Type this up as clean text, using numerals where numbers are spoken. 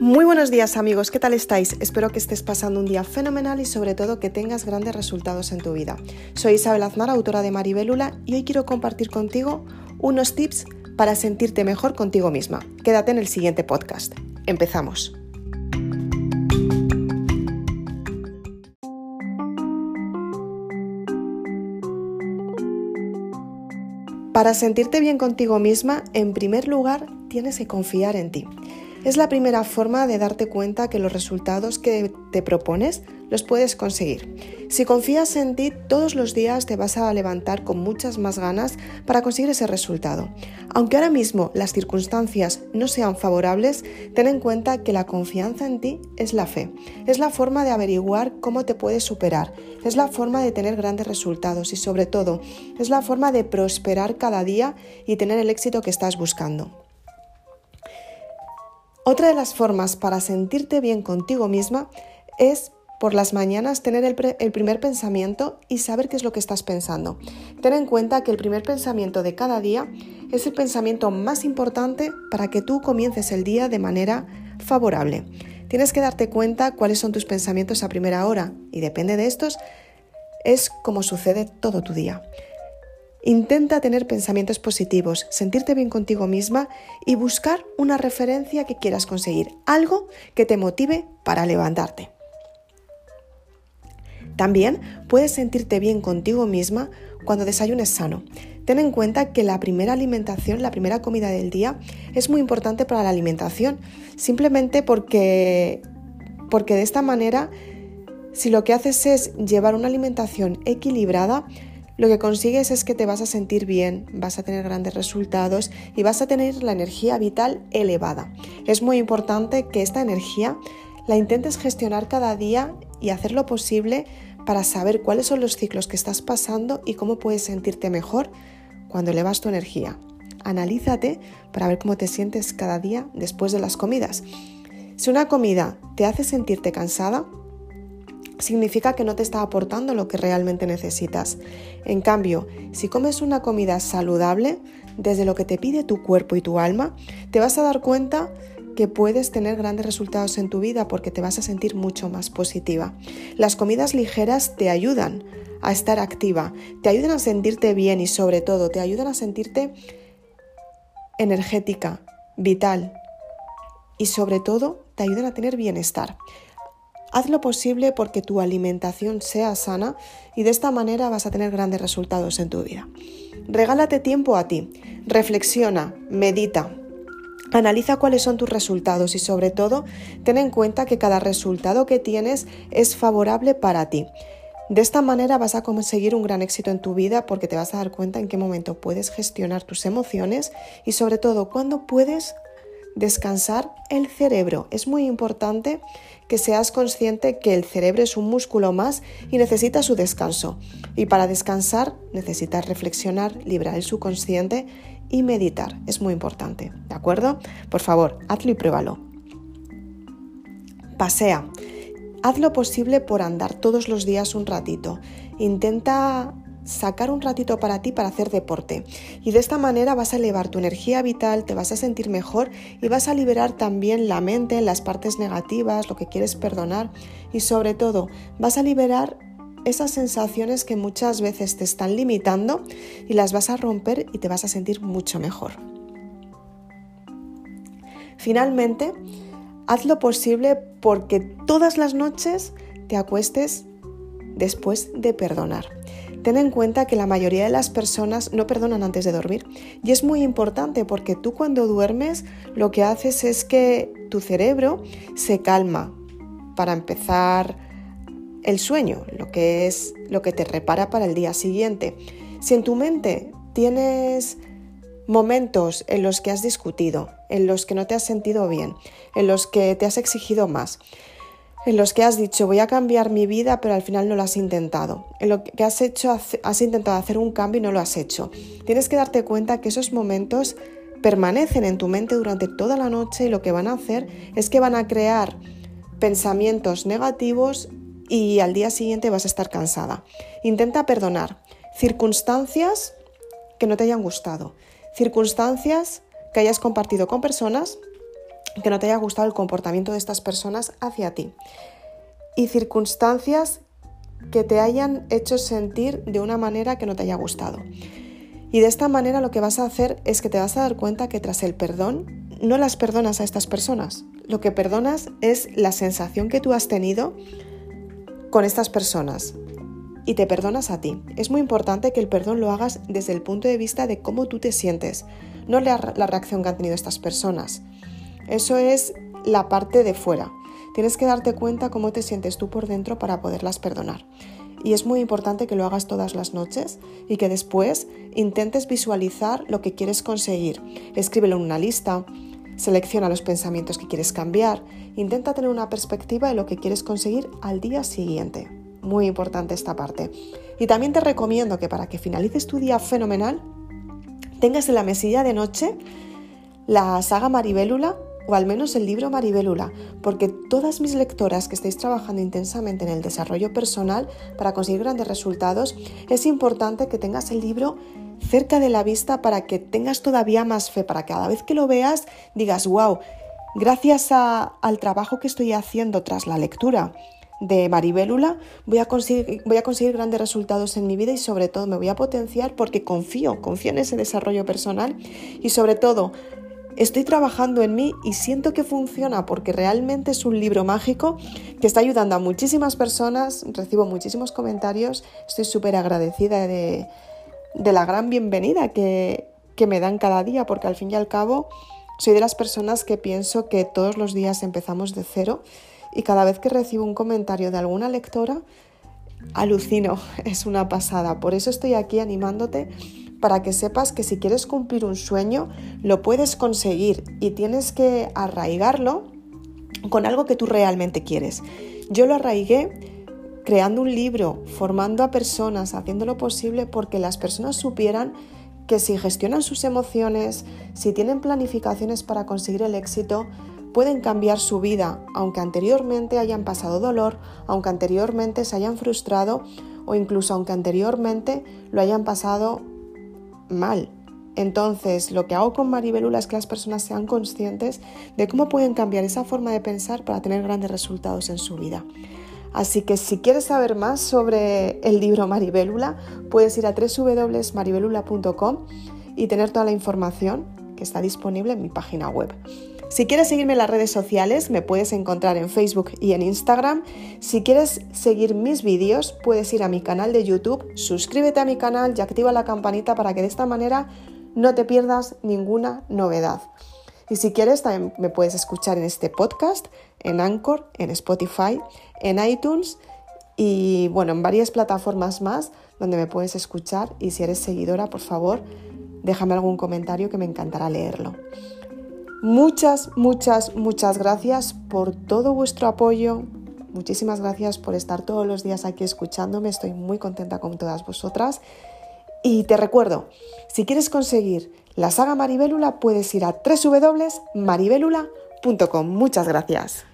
Muy buenos días amigos, ¿qué tal estáis? Espero que estés pasando un día fenomenal y sobre todo que tengas grandes resultados en tu vida. Soy Isabel Aznar, autora de Maribélula, y hoy quiero compartir contigo unos tips para sentirte mejor contigo misma. Quédate en el siguiente podcast. Empezamos. Para sentirte bien contigo misma, en primer lugar, tienes que confiar en ti. Es la primera forma de darte cuenta que los resultados que te propones los puedes conseguir. Si confías en ti, todos los días te vas a levantar con muchas más ganas para conseguir ese resultado. Aunque ahora mismo las circunstancias no sean favorables, ten en cuenta que la confianza en ti es la fe. Es la forma de averiguar cómo te puedes superar. Es la forma de tener grandes resultados y sobre todo es la forma de prosperar cada día y tener el éxito que estás buscando. Otra de las formas para sentirte bien contigo misma es por las mañanas tener el primer pensamiento y saber qué es lo que estás pensando. Ten en cuenta que el primer pensamiento de cada día es el pensamiento más importante para que tú comiences el día de manera favorable. Tienes que darte cuenta cuáles son tus pensamientos a primera hora y depende de estos es como sucede todo tu día. Intenta tener pensamientos positivos, sentirte bien contigo misma y buscar una referencia que quieras conseguir, algo que te motive para levantarte. También puedes sentirte bien contigo misma cuando desayunes sano. Ten en cuenta que la primera alimentación, la primera comida del día, es muy importante para la alimentación, simplemente porque de esta manera, si lo que haces es llevar una alimentación equilibrada, lo que consigues es que te vas a sentir bien, vas a tener grandes resultados y vas a tener la energía vital elevada. Es muy importante que esta energía la intentes gestionar cada día y hacer lo posible para saber cuáles son los ciclos que estás pasando y cómo puedes sentirte mejor cuando elevas tu energía. Analízate para ver cómo te sientes cada día después de las comidas. Si una comida te hace sentirte cansada, significa que no te está aportando lo que realmente necesitas. En cambio, si comes una comida saludable, desde lo que te pide tu cuerpo y tu alma, te vas a dar cuenta que puedes tener grandes resultados en tu vida porque te vas a sentir mucho más positiva. Las comidas ligeras te ayudan a estar activa, te ayudan a sentirte bien y sobre todo te ayudan a sentirte energética, vital y sobre todo te ayudan a tener bienestar. Haz lo posible porque tu alimentación sea sana y de esta manera vas a tener grandes resultados en tu vida. Regálate tiempo a ti, reflexiona, medita, analiza cuáles son tus resultados y sobre todo ten en cuenta que cada resultado que tienes es favorable para ti. De esta manera vas a conseguir un gran éxito en tu vida porque te vas a dar cuenta en qué momento puedes gestionar tus emociones y sobre todo cuándo puedes descansar el cerebro. Es muy importante que seas consciente que el cerebro es un músculo más y necesita su descanso. Y para descansar necesitas reflexionar, liberar el subconsciente y meditar. Es muy importante, ¿de acuerdo? Por favor, hazlo y pruébalo. Pasea. Haz lo posible por andar todos los días un ratito. Intenta sacar un ratito para ti para hacer deporte y de esta manera vas a elevar tu energía vital, te vas a sentir mejor y vas a liberar también la mente, las partes negativas, lo que quieres perdonar y sobre todo vas a liberar esas sensaciones que muchas veces te están limitando y las vas a romper y te vas a sentir mucho mejor. Finalmente, haz lo posible porque todas las noches te acuestes después de perdonar. Ten en cuenta que la mayoría de las personas no perdonan antes de dormir y es muy importante porque tú cuando duermes lo que haces es que tu cerebro se calma para empezar el sueño, lo que es lo que te repara para el día siguiente. Si en tu mente tienes momentos en los que has discutido, en los que no te has sentido bien, en los que te has exigido más, en los que has dicho voy a cambiar mi vida pero al final no lo has intentado, en lo que has intentado hacer un cambio y no lo has hecho. Tienes que darte cuenta que esos momentos permanecen en tu mente durante toda la noche y lo que van a hacer es que van a crear pensamientos negativos y al día siguiente vas a estar cansada. Intenta perdonar circunstancias que no te hayan gustado, circunstancias que hayas compartido con personas que no te haya gustado el comportamiento de estas personas hacia ti. Y circunstancias que te hayan hecho sentir de una manera que no te haya gustado. Y de esta manera lo que vas a hacer es que te vas a dar cuenta que tras el perdón no las perdonas a estas personas. Lo que perdonas es la sensación que tú has tenido con estas personas y te perdonas a ti. Es muy importante que el perdón lo hagas desde el punto de vista de cómo tú te sientes, no la reacción que han tenido estas personas. Eso es la parte de fuera. Tienes que darte cuenta cómo te sientes tú por dentro para poderlas perdonar. Y es muy importante que lo hagas todas las noches y que después intentes visualizar lo que quieres conseguir. Escríbelo en una lista, selecciona los pensamientos que quieres cambiar, intenta tener una perspectiva de lo que quieres conseguir al día siguiente. Muy importante esta parte. Y también te recomiendo que para que finalices tu día fenomenal, tengas en la mesilla de noche la saga Maribélula o al menos el libro Maribélula, porque todas mis lectoras que estáis trabajando intensamente en el desarrollo personal para conseguir grandes resultados, es importante que tengas el libro cerca de la vista para que tengas todavía más fe, para que cada vez que lo veas digas, wow, gracias al trabajo que estoy haciendo tras la lectura de Maribélula, voy a conseguir grandes resultados en mi vida y sobre todo me voy a potenciar porque confío en ese desarrollo personal y sobre todo estoy trabajando en mí y siento que funciona porque realmente es un libro mágico que está ayudando a muchísimas personas, recibo muchísimos comentarios, estoy súper agradecida de la gran bienvenida que me dan cada día porque al fin y al cabo soy de las personas que pienso que todos los días empezamos de cero. Y cada vez que recibo un comentario de alguna lectora, alucino, es una pasada. Por eso estoy aquí animándote para que sepas que si quieres cumplir un sueño, lo puedes conseguir y tienes que arraigarlo con algo que tú realmente quieres. Yo lo arraigué creando un libro, formando a personas, haciendo lo posible porque las personas supieran que si gestionan sus emociones, si tienen planificaciones para conseguir el éxito, pueden cambiar su vida, aunque anteriormente hayan pasado dolor, aunque anteriormente se hayan frustrado o incluso aunque anteriormente lo hayan pasado mal. Entonces, lo que hago con Maribélula es que las personas sean conscientes de cómo pueden cambiar esa forma de pensar para tener grandes resultados en su vida. Así que si quieres saber más sobre el libro Maribélula, puedes ir a www.maribelula.com y tener toda la información que está disponible en mi página web. Si quieres seguirme en las redes sociales, me puedes encontrar en Facebook y en Instagram. Si quieres seguir mis vídeos, puedes ir a mi canal de YouTube, suscríbete a mi canal y activa la campanita para que de esta manera no te pierdas ninguna novedad. Y si quieres, también me puedes escuchar en este podcast, en Anchor, en Spotify, en iTunes y en varias plataformas más donde me puedes escuchar. Y si eres seguidora, por favor, déjame algún comentario que me encantará leerlo. Muchas gracias por todo vuestro apoyo. Muchísimas gracias por estar todos los días aquí escuchándome. Estoy muy contenta con todas vosotras. Y te recuerdo, si quieres conseguir la saga Maribélula, puedes ir a www.maribelula.com. Muchas gracias.